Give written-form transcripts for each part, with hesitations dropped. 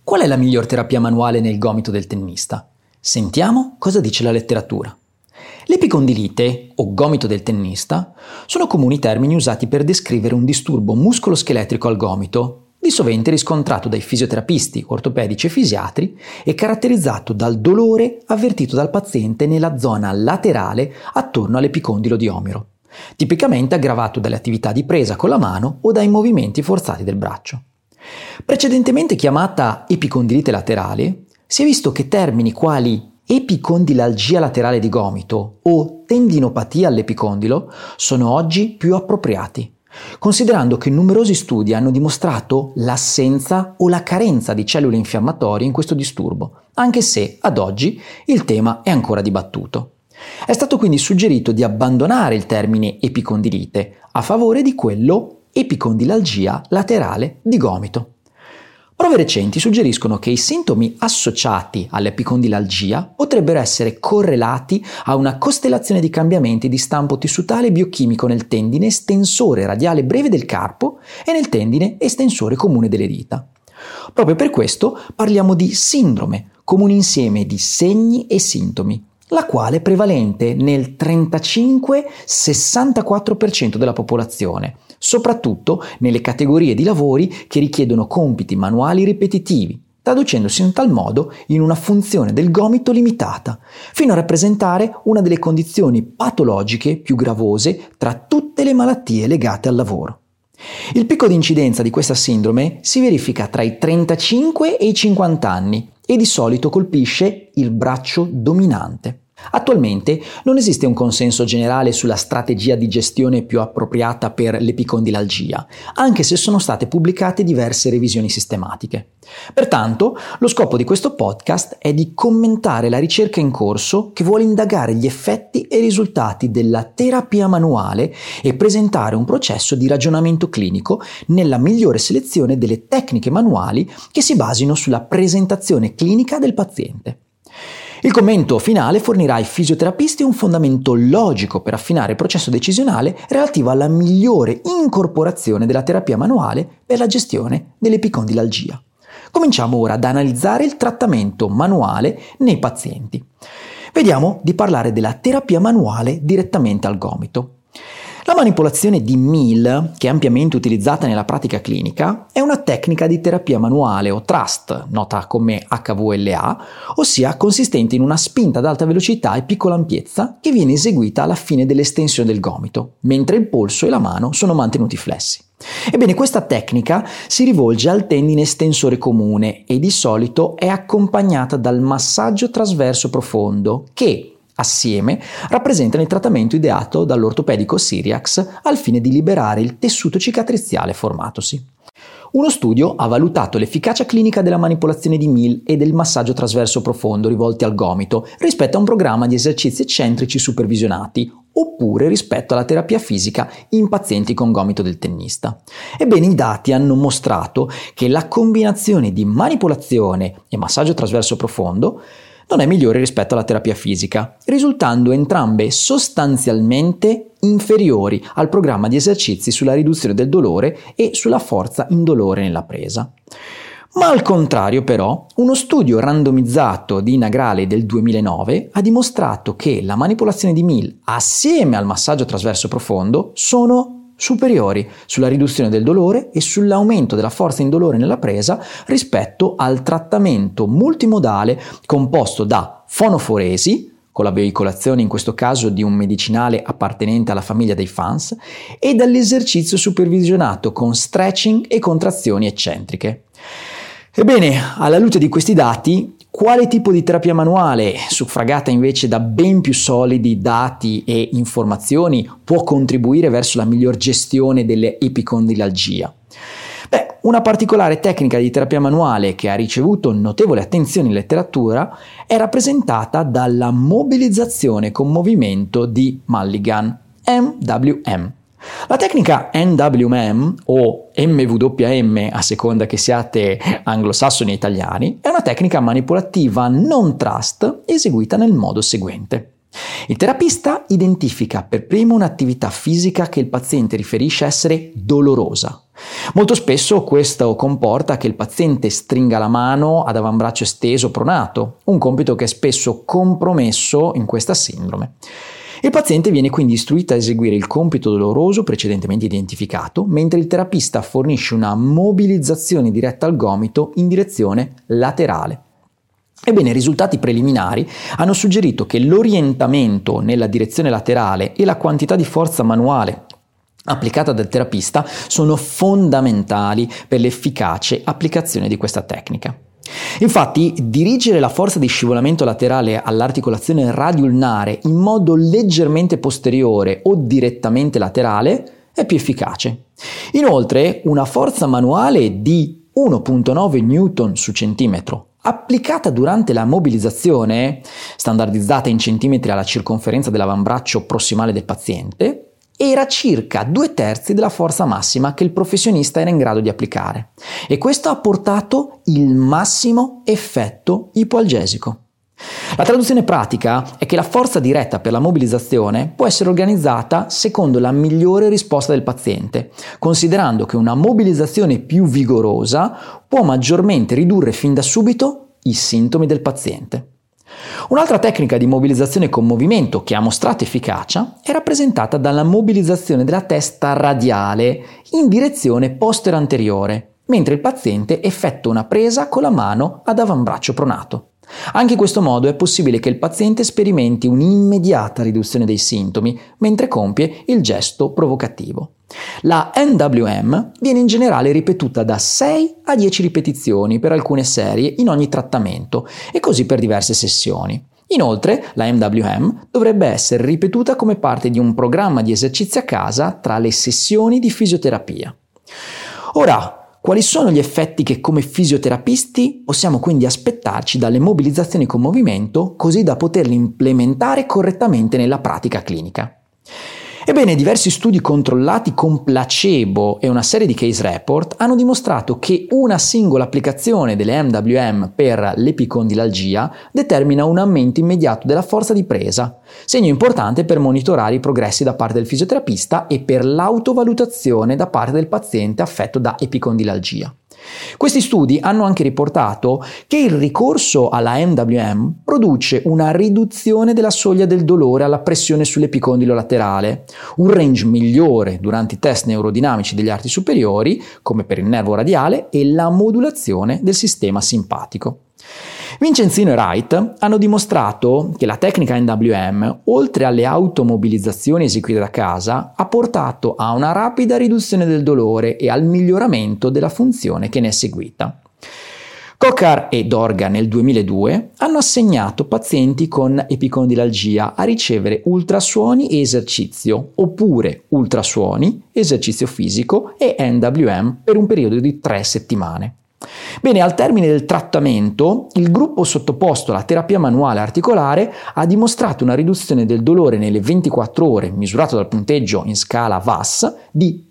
Qual è la miglior terapia manuale nel gomito del tennista? Sentiamo cosa dice la letteratura. L'epicondilite, o gomito del tennista, sono comuni termini usati per descrivere un disturbo muscoloscheletrico al gomito, di sovente riscontrato dai fisioterapisti, ortopedici e fisiatri e caratterizzato dal dolore avvertito dal paziente nella zona laterale attorno all'epicondilo di omero, tipicamente aggravato dalle attività di presa con la mano o dai movimenti forzati del braccio. Precedentemente chiamata epicondilite laterale, si è visto che termini quali epicondilalgia laterale di gomito o tendinopatia all'epicondilo sono oggi più appropriati, considerando che numerosi studi hanno dimostrato l'assenza o la carenza di cellule infiammatorie in questo disturbo, anche se ad oggi il tema è ancora dibattuto. È stato quindi suggerito di abbandonare il termine epicondilite a favore di quello epicondilalgia laterale di gomito. Prove recenti suggeriscono che i sintomi associati all'epicondilalgia potrebbero essere correlati a una costellazione di cambiamenti di stampo tessutale e biochimico nel tendine estensore radiale breve del carpo e nel tendine estensore comune delle dita. Proprio per questo parliamo di sindrome, come un insieme di segni e sintomi, la quale è prevalente nel 35-64% della popolazione, soprattutto nelle categorie di lavori che richiedono compiti manuali ripetitivi, traducendosi in tal modo in una funzione del gomito limitata, fino a rappresentare una delle condizioni patologiche più gravose tra tutte le malattie legate al lavoro. Il picco di incidenza di questa sindrome si verifica tra i 35 e i 50 anni e di solito colpisce il braccio dominante. Attualmente non esiste un consenso generale sulla strategia di gestione più appropriata per l'epicondilalgia, anche se sono state pubblicate diverse revisioni sistematiche. Pertanto, lo scopo di questo podcast è di commentare la ricerca in corso che vuole indagare gli effetti e i risultati della terapia manuale e presentare un processo di ragionamento clinico nella migliore selezione delle tecniche manuali che si basino sulla presentazione clinica del paziente. Il commento finale fornirà ai fisioterapisti un fondamento logico per affinare il processo decisionale relativo alla migliore incorporazione della terapia manuale per la gestione dell'epicondilalgia. Cominciamo ora ad analizzare il trattamento manuale nei pazienti. Vediamo di parlare della terapia manuale direttamente al gomito. La manipolazione di Meal, che è ampiamente utilizzata nella pratica clinica, è una tecnica di terapia manuale o thrust, nota come HVLA, ossia consistente in una spinta ad alta velocità e piccola ampiezza che viene eseguita alla fine dell'estensione del gomito, mentre il polso e la mano sono mantenuti flessi. Ebbene, questa tecnica si rivolge al tendine estensore comune e di solito è accompagnata dal massaggio trasverso profondo che, assieme, rappresentano il trattamento ideato dall'ortopedico Syriax al fine di liberare il tessuto cicatriziale formatosi. Uno studio ha valutato l'efficacia clinica della manipolazione di Meal e del massaggio trasverso profondo rivolti al gomito rispetto a un programma di esercizi eccentrici supervisionati oppure rispetto alla terapia fisica in pazienti con gomito del tennista. Ebbene, i dati hanno mostrato che la combinazione di manipolazione e massaggio trasverso profondo non è migliore rispetto alla terapia fisica, risultando entrambe sostanzialmente inferiori al programma di esercizi sulla riduzione del dolore e sulla forza indolore nella presa. Ma al contrario però, uno studio randomizzato di Nagrale del 2009 ha dimostrato che la manipolazione di Meal assieme al massaggio trasverso profondo sono superiori sulla riduzione del dolore e sull'aumento della forza indolore nella presa rispetto al trattamento multimodale composto da fonoforesi, con la veicolazione in questo caso di un medicinale appartenente alla famiglia dei FANS, e dall'esercizio supervisionato con stretching e contrazioni eccentriche. Ebbene, alla luce di questi dati, quale tipo di terapia manuale, suffragata invece da ben più solidi dati e informazioni, può contribuire verso la miglior gestione dell'epicondilalgia? Una particolare tecnica di terapia manuale che ha ricevuto notevole attenzione in letteratura è rappresentata dalla mobilizzazione con movimento di Mulligan, MWM. La tecnica NWM o MWM, a seconda che siate anglosassoni o italiani, è una tecnica manipolativa non thrust eseguita nel modo seguente. Il terapista identifica per primo un'attività fisica che il paziente riferisce essere dolorosa, Molto spesso questo comporta che il paziente stringa la mano ad avambraccio esteso pronato, un compito che è spesso compromesso in questa sindrome. Il paziente viene quindi istruito a eseguire il compito doloroso precedentemente identificato, mentre il terapista fornisce una mobilizzazione diretta al gomito in direzione laterale. Ebbene, i risultati preliminari hanno suggerito che l'orientamento nella direzione laterale e la quantità di forza manuale applicata dal terapista sono fondamentali per l'efficace applicazione di questa tecnica. Infatti, dirigere la forza di scivolamento laterale all'articolazione radioulnare in modo leggermente posteriore o direttamente laterale è più efficace. Inoltre, una forza manuale di 1,9 Newton su centimetro applicata durante la mobilizzazione, standardizzata in centimetri alla circonferenza dell'avambraccio prossimale del paziente, era circa 2/3 della forza massima che il professionista era in grado di applicare, e questo ha portato il massimo effetto ipoalgesico. La traduzione pratica è che la forza diretta per la mobilizzazione può essere organizzata secondo la migliore risposta del paziente, considerando che una mobilizzazione più vigorosa può maggiormente ridurre fin da subito i sintomi del paziente. Un'altra tecnica di mobilizzazione con movimento che ha mostrato efficacia è rappresentata dalla mobilizzazione della testa radiale in direzione postero-anteriore, mentre il paziente effettua una presa con la mano ad avambraccio pronato. Anche in questo modo è possibile che il paziente sperimenti un'immediata riduzione dei sintomi mentre compie il gesto provocativo. La NWM viene in generale ripetuta da 6 a 10 ripetizioni per alcune serie in ogni trattamento e così per diverse sessioni. Inoltre, la NWM dovrebbe essere ripetuta come parte di un programma di esercizi a casa tra le sessioni di fisioterapia. Ora, quali sono gli effetti che come fisioterapisti possiamo quindi aspettarci dalle mobilizzazioni con movimento così da poterle implementare correttamente nella pratica clinica? Ebbene, diversi studi controllati con placebo e una serie di case report hanno dimostrato che una singola applicazione delle MWM per l'epicondilalgia determina un aumento immediato della forza di presa, segno importante per monitorare i progressi da parte del fisioterapista e per l'autovalutazione da parte del paziente affetto da epicondilalgia. Questi studi hanno anche riportato che il ricorso alla MWM produce una riduzione della soglia del dolore alla pressione sull'epicondilo laterale, un range migliore durante i test neurodinamici degli arti superiori, come per il nervo radiale, e la modulazione del sistema simpatico. Vincenzino e Wright hanno dimostrato che la tecnica NWM, oltre alle automobilizzazioni eseguite da casa, ha portato a una rapida riduzione del dolore e al miglioramento della funzione che ne è seguita. Cochar e Dorga nel 2002 hanno assegnato pazienti con epicondilalgia a ricevere ultrasuoni e esercizio, oppure ultrasuoni, esercizio fisico e NWM per un periodo di 3 settimane. Bene, al termine del trattamento, il gruppo sottoposto alla terapia manuale articolare ha dimostrato una riduzione del dolore nelle 24 ore, misurato dal punteggio in scala VAS, di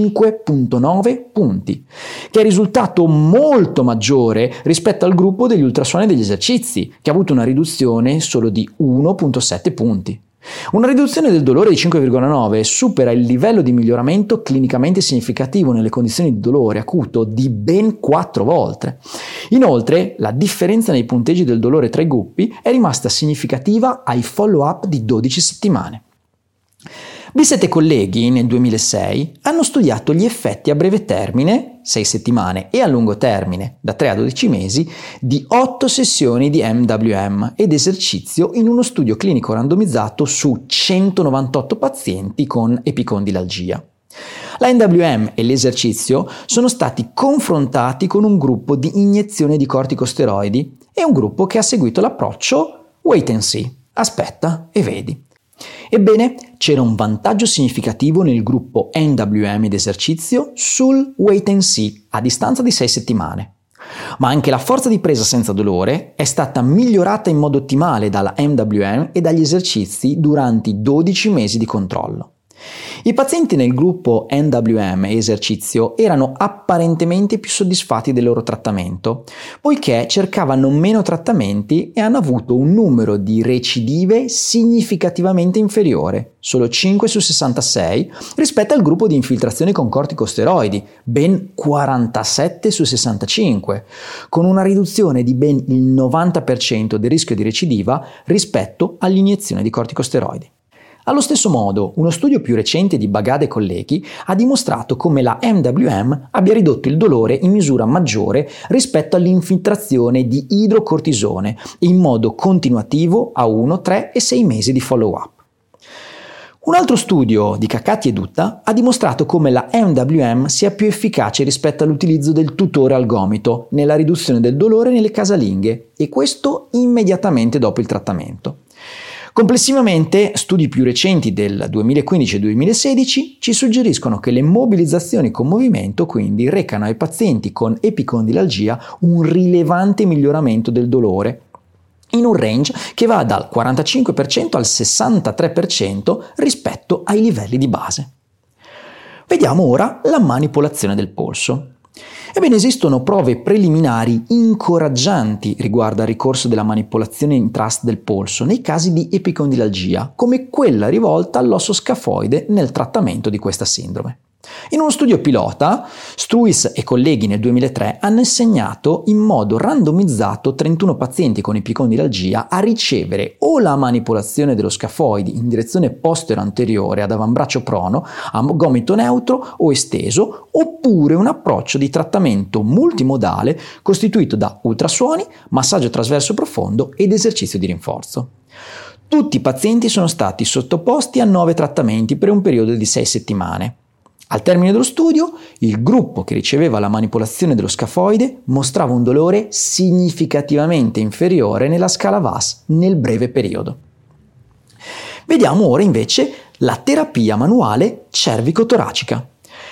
5,9 punti, che è risultato molto maggiore rispetto al gruppo degli ultrasuoni e degli esercizi, che ha avuto una riduzione solo di 1,7 punti. Una riduzione del dolore di 5,9 supera il livello di miglioramento clinicamente significativo nelle condizioni di dolore acuto di ben 4 volte. Inoltre, la differenza nei punteggi del dolore tra i gruppi è rimasta significativa ai follow-up di 12 settimane. Bissett e colleghi nel 2006 hanno studiato gli effetti a breve termine, 6 settimane, e a lungo termine, da 3 a 12 mesi, di 8 sessioni di MWM ed esercizio in uno studio clinico randomizzato su 198 pazienti con epicondilalgia. La NWM e l'esercizio sono stati confrontati con un gruppo di iniezione di corticosteroidi e un gruppo che ha seguito l'approccio wait and see, aspetta e vedi. Ebbene, c'era un vantaggio significativo nel gruppo NWM ed esercizio sul wait and see a distanza di 6 settimane. Ma anche la forza di presa senza dolore è stata migliorata in modo ottimale dalla MWM e dagli esercizi durante i 12 mesi di controllo. I pazienti nel gruppo NWM esercizio erano apparentemente più soddisfatti del loro trattamento, poiché cercavano meno trattamenti e hanno avuto un numero di recidive significativamente inferiore, solo 5 su 66, rispetto al gruppo di infiltrazione con corticosteroidi, ben 47 su 65, con una riduzione di ben il 90% del rischio di recidiva rispetto all'iniezione di corticosteroidi. Allo stesso modo, uno studio più recente di Bagad e colleghi ha dimostrato come la MWM abbia ridotto il dolore in misura maggiore rispetto all'infiltrazione di idrocortisone in modo continuativo a 1, 3 e 6 mesi di follow-up. Un altro studio di Caccati e Dutta ha dimostrato come la MWM sia più efficace rispetto all'utilizzo del tutore al gomito nella riduzione del dolore nelle casalinghe, e questo immediatamente dopo il trattamento. Complessivamente, studi più recenti del 2015 e 2016 ci suggeriscono che le mobilizzazioni con movimento quindi recano ai pazienti con epicondilalgia un rilevante miglioramento del dolore, in un range che va dal 45% al 63% rispetto ai livelli di base. Vediamo ora la manipolazione del polso. Ebbene, esistono prove preliminari incoraggianti riguardo al ricorso della manipolazione in trust del polso nei casi di epicondilalgia, come quella rivolta all'osso scafoide nel trattamento di questa sindrome. In uno studio pilota, Struis e colleghi nel 2003 hanno insegnato in modo randomizzato 31 pazienti con epicondilalgia a ricevere o la manipolazione dello scafoide in direzione postero-anteriore ad avambraccio prono, a gomito neutro o esteso, oppure un approccio di trattamento multimodale costituito da ultrasuoni, massaggio trasverso profondo ed esercizio di rinforzo. Tutti i pazienti sono stati sottoposti a 9 trattamenti per un periodo di 6 settimane. Al termine dello studio, il gruppo che riceveva la manipolazione dello scafoide mostrava un dolore significativamente inferiore nella scala VAS nel breve periodo. Vediamo ora invece la terapia manuale cervico-toracica.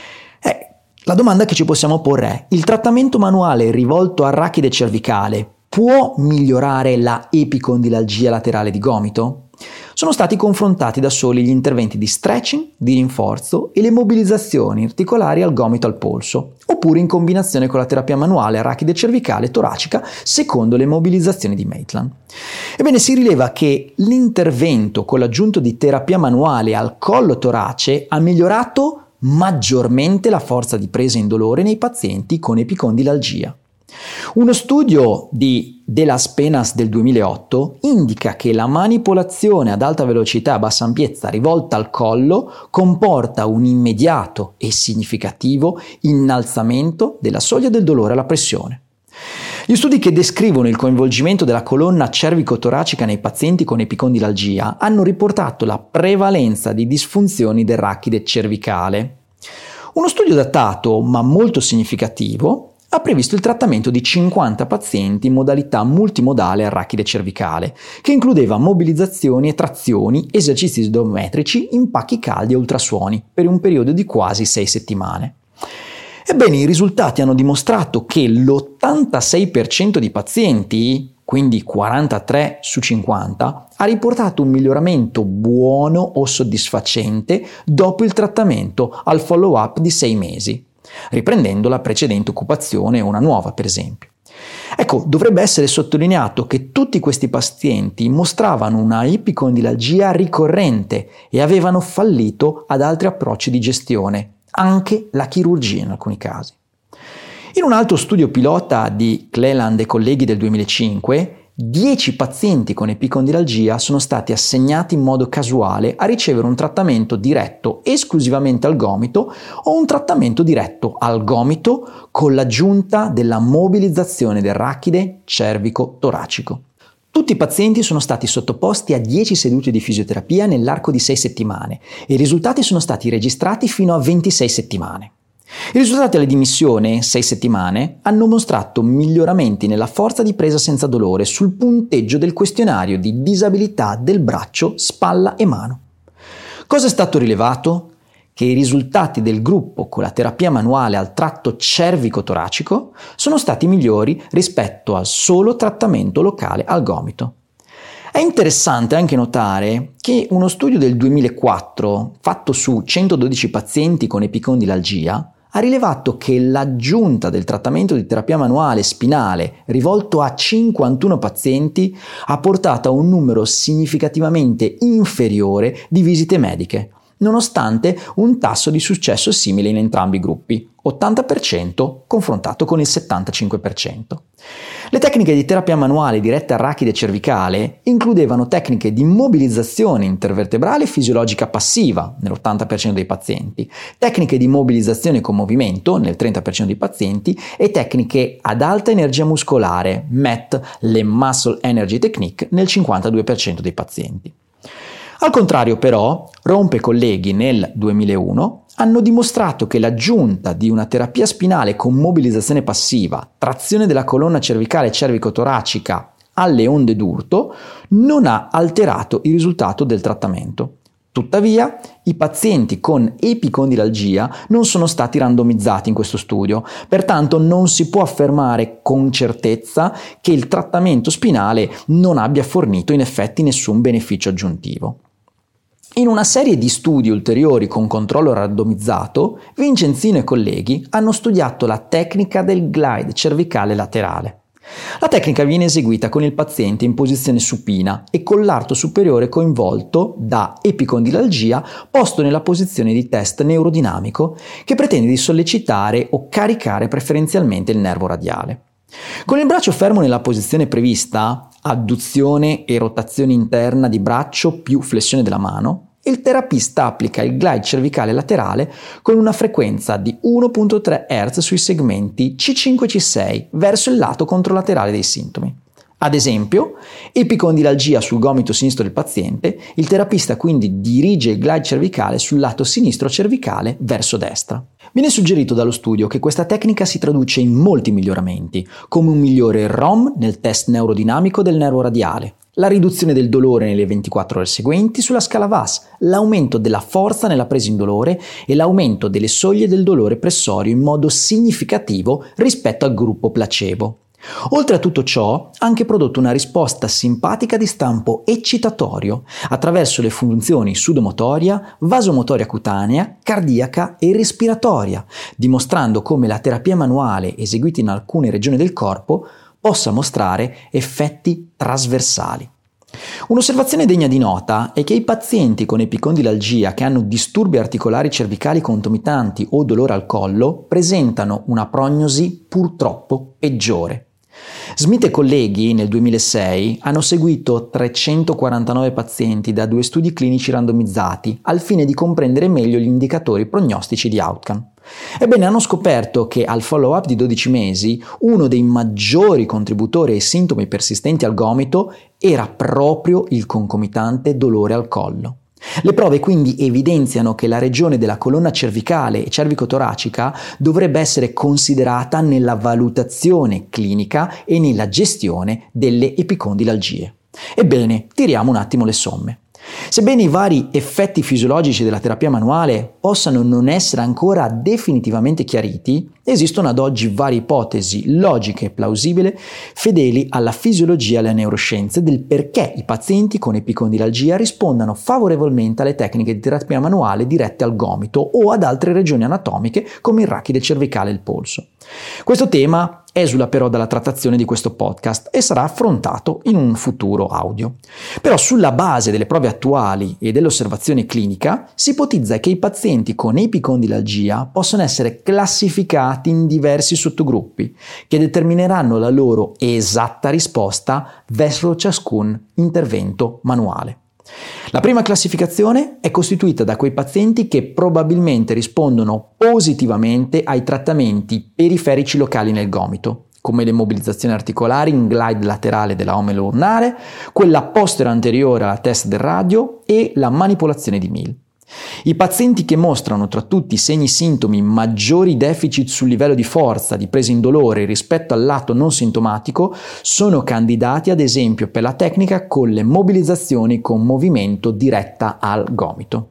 La domanda che ci possiamo porre è: il trattamento manuale rivolto al rachide cervicale può migliorare la epicondilalgia laterale di gomito? Sono stati confrontati da soli gli interventi di stretching, di rinforzo e le mobilizzazioni articolari al gomito al polso, oppure in combinazione con la terapia manuale rachide cervicale toracica secondo le mobilizzazioni di Maitland. Ebbene, si rileva che l'intervento con l'aggiunto di terapia manuale al collo torace ha migliorato maggiormente la forza di presa in dolore nei pazienti con epicondilalgia. Uno studio di De Las Penas del 2008 indica che la manipolazione ad alta velocità e a bassa ampiezza rivolta al collo comporta un immediato e significativo innalzamento della soglia del dolore alla pressione. Gli studi che descrivono il coinvolgimento della colonna cervico-toracica nei pazienti con epicondilalgia hanno riportato la prevalenza di disfunzioni del rachide cervicale. Uno studio datato ma molto significativo ha previsto il trattamento di 50 pazienti in modalità multimodale al rachide cervicale, che includeva mobilizzazioni e trazioni, esercizi isometrici, impacchi caldi e ultrasuoni, per un periodo di quasi 6 settimane. Ebbene, i risultati hanno dimostrato che l'86% di pazienti, quindi 43 su 50, ha riportato un miglioramento buono o soddisfacente dopo il trattamento al follow-up di 6 mesi. Riprendendo la precedente occupazione o una nuova, per esempio. Dovrebbe essere sottolineato che tutti questi pazienti mostravano una epicondilalgia ricorrente e avevano fallito ad altri approcci di gestione, anche la chirurgia in alcuni casi. In un altro studio pilota di Cleland e colleghi del 2005, 10 pazienti con epicondilalgia sono stati assegnati in modo casuale a ricevere un trattamento diretto esclusivamente al gomito o un trattamento diretto al gomito con l'aggiunta della mobilizzazione del rachide cervico-toracico. Tutti i pazienti sono stati sottoposti a 10 sedute di fisioterapia nell'arco di 6 settimane e i risultati sono stati registrati fino a 26 settimane. I risultati alle dimissioni, 6 settimane, hanno mostrato miglioramenti nella forza di presa senza dolore sul punteggio del questionario di disabilità del braccio, spalla e mano. Cosa è stato rilevato? Che i risultati del gruppo con la terapia manuale al tratto cervico-toracico sono stati migliori rispetto al solo trattamento locale al gomito. È interessante anche notare che uno studio del 2004, fatto su 112 pazienti con epicondilalgia, ha rilevato che l'aggiunta del trattamento di terapia manuale spinale rivolto a 51 pazienti ha portato a un numero significativamente inferiore di visite mediche, nonostante un tasso di successo simile in entrambi i gruppi, 80% confrontato con il 75%. Le tecniche di terapia manuale dirette al rachide cervicale includevano tecniche di mobilizzazione intervertebrale fisiologica passiva nell'80% dei pazienti, tecniche di mobilizzazione con movimento nel 30% dei pazienti e tecniche ad alta energia muscolare, MET, le Muscle Energy Technique, nel 52% dei pazienti. Al contrario però, Rompe e colleghi nel 2001 hanno dimostrato che l'aggiunta di una terapia spinale con mobilizzazione passiva, trazione della colonna cervicale cervico-toracica alle onde d'urto non ha alterato il risultato del trattamento. Tuttavia, i pazienti con epicondilalgia non sono stati randomizzati in questo studio, pertanto non si può affermare con certezza che il trattamento spinale non abbia fornito in effetti nessun beneficio aggiuntivo. In una serie di studi ulteriori con controllo randomizzato, Vincenzino e colleghi hanno studiato la tecnica del glide cervicale laterale. La tecnica viene eseguita con il paziente in posizione supina e con l'arto superiore coinvolto da epicondilalgia posto nella posizione di test neurodinamico che pretende di sollecitare o caricare preferenzialmente il nervo radiale. Con il braccio fermo nella posizione prevista, adduzione e rotazione interna di braccio più flessione della mano, il terapista applica il glide cervicale laterale con una frequenza di 1.3 Hz sui segmenti C5-C6 verso il lato controlaterale dei sintomi. Ad esempio, epicondilalgia sul gomito sinistro del paziente, il terapista quindi dirige il glide cervicale sul lato sinistro cervicale verso destra. Viene suggerito dallo studio che questa tecnica si traduce in molti miglioramenti, come un migliore ROM nel test neurodinamico del nervo radiale, la riduzione del dolore nelle 24 ore seguenti sulla scala VAS, l'aumento della forza nella presa in dolore e l'aumento delle soglie del dolore pressorio in modo significativo rispetto al gruppo placebo. Oltre a tutto ciò, ha anche prodotto una risposta simpatica di stampo eccitatorio attraverso le funzioni sudomotoria, vasomotoria cutanea, cardiaca e respiratoria, dimostrando come la terapia manuale eseguita in alcune regioni del corpo possa mostrare effetti trasversali. Un'osservazione degna di nota è che i pazienti con epicondilalgia che hanno disturbi articolari cervicali concomitanti o dolore al collo presentano una prognosi purtroppo peggiore. Smith e colleghi nel 2006 hanno seguito 349 pazienti da 2 studi clinici randomizzati al fine di comprendere meglio gli indicatori prognostici di outcome. Ebbene, hanno scoperto che al follow-up di 12 mesi uno dei maggiori contributori ai sintomi persistenti al gomito era proprio il concomitante dolore al collo. Le prove quindi evidenziano che la regione della colonna cervicale e cervico-toracica dovrebbe essere considerata nella valutazione clinica e nella gestione delle epicondilalgie. Ebbene, tiriamo un attimo le somme. Sebbene i vari effetti fisiologici della terapia manuale possano non essere ancora definitivamente chiariti, esistono ad oggi varie ipotesi logiche e plausibili fedeli alla fisiologia e alle neuroscienze del perché i pazienti con epicondilalgia rispondano favorevolmente alle tecniche di terapia manuale dirette al gomito o ad altre regioni anatomiche come il rachide cervicale e il polso. Questo tema esula però dalla trattazione di questo podcast e sarà affrontato in un futuro audio. Però sulla base delle prove attuali e dell'osservazione clinica si ipotizza che i pazienti con epicondilalgia possono essere classificati in diversi sottogruppi che determineranno la loro esatta risposta verso ciascun intervento manuale. La prima classificazione è costituita da quei pazienti che probabilmente rispondono positivamente ai trattamenti periferici locali nel gomito, come le mobilizzazioni articolari in glide laterale della omelo ulnare, quella postero-anteriore alla testa del radio e la manipolazione di Mill. I pazienti che mostrano tra tutti i segni sintomi maggiori deficit sul livello di forza di presa in dolore rispetto al lato non sintomatico sono candidati ad esempio per la tecnica con le mobilizzazioni con movimento diretta al gomito.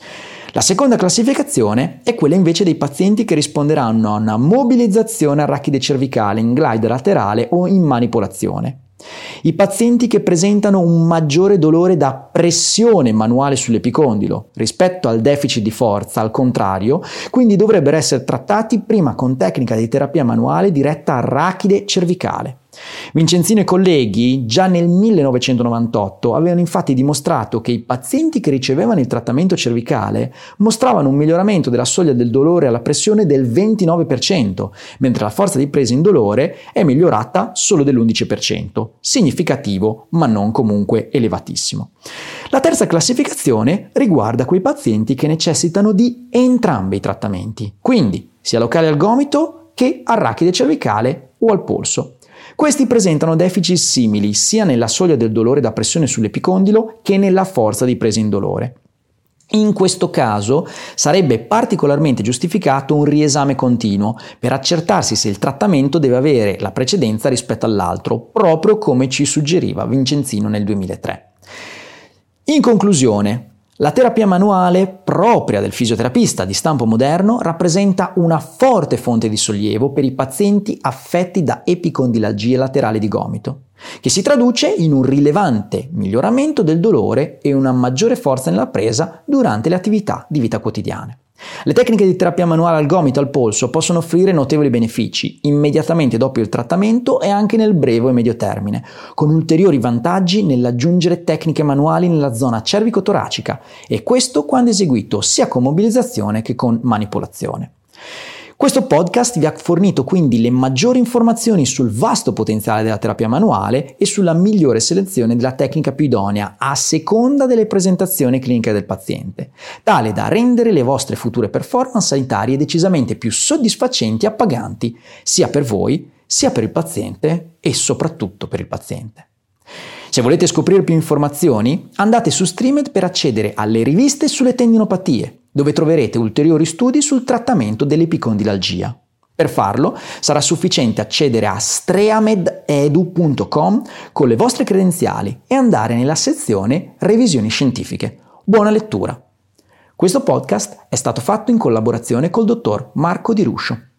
La seconda classificazione è quella invece dei pazienti che risponderanno a una mobilizzazione al rachide cervicale in glide laterale o in manipolazione. I pazienti che presentano un maggiore dolore da pressione manuale sull'epicondilo rispetto al deficit di forza, al contrario, quindi dovrebbero essere trattati prima con tecnica di terapia manuale diretta a rachide cervicale. Vincenzino e colleghi già nel 1998 avevano infatti dimostrato che i pazienti che ricevevano il trattamento cervicale mostravano un miglioramento della soglia del dolore alla pressione del 29%, mentre la forza di presa in dolore è migliorata solo dell'11%, significativo ma non comunque elevatissimo. La terza classificazione riguarda quei pazienti che necessitano di entrambi i trattamenti, quindi sia locale al gomito che a rachide cervicale o al polso. Questi presentano deficit simili sia nella soglia del dolore da pressione sull'epicondilo che nella forza di presa in dolore. In questo caso sarebbe particolarmente giustificato un riesame continuo per accertarsi se il trattamento deve avere la precedenza rispetto all'altro, proprio come ci suggeriva Vincenzino nel 2003. In conclusione, la terapia manuale propria del fisioterapista di stampo moderno rappresenta una forte fonte di sollievo per i pazienti affetti da epicondilalgie laterali di gomito, che si traduce in un rilevante miglioramento del dolore e una maggiore forza nella presa durante le attività di vita quotidiane. Le tecniche di terapia manuale al gomito e al polso possono offrire notevoli benefici immediatamente dopo il trattamento e anche nel breve e medio termine, con ulteriori vantaggi nell'aggiungere tecniche manuali nella zona cervico-toracica, e questo quando eseguito sia con mobilizzazione che con manipolazione. Questo podcast vi ha fornito quindi le maggiori informazioni sul vasto potenziale della terapia manuale e sulla migliore selezione della tecnica più idonea a seconda delle presentazioni cliniche del paziente, tale da rendere le vostre future performance sanitarie decisamente più soddisfacenti e appaganti, sia per voi, sia per il paziente e soprattutto per il paziente. Se volete scoprire più informazioni, andate su Streamed per accedere alle riviste sulle tendinopatie, dove troverete ulteriori studi sul trattamento dell'epicondilalgia. Per farlo sarà sufficiente accedere a streamededu.com con le vostre credenziali e andare nella sezione Revisioni scientifiche. Buona lettura! Questo podcast è stato fatto in collaborazione col dottor Marco Di Ruscio.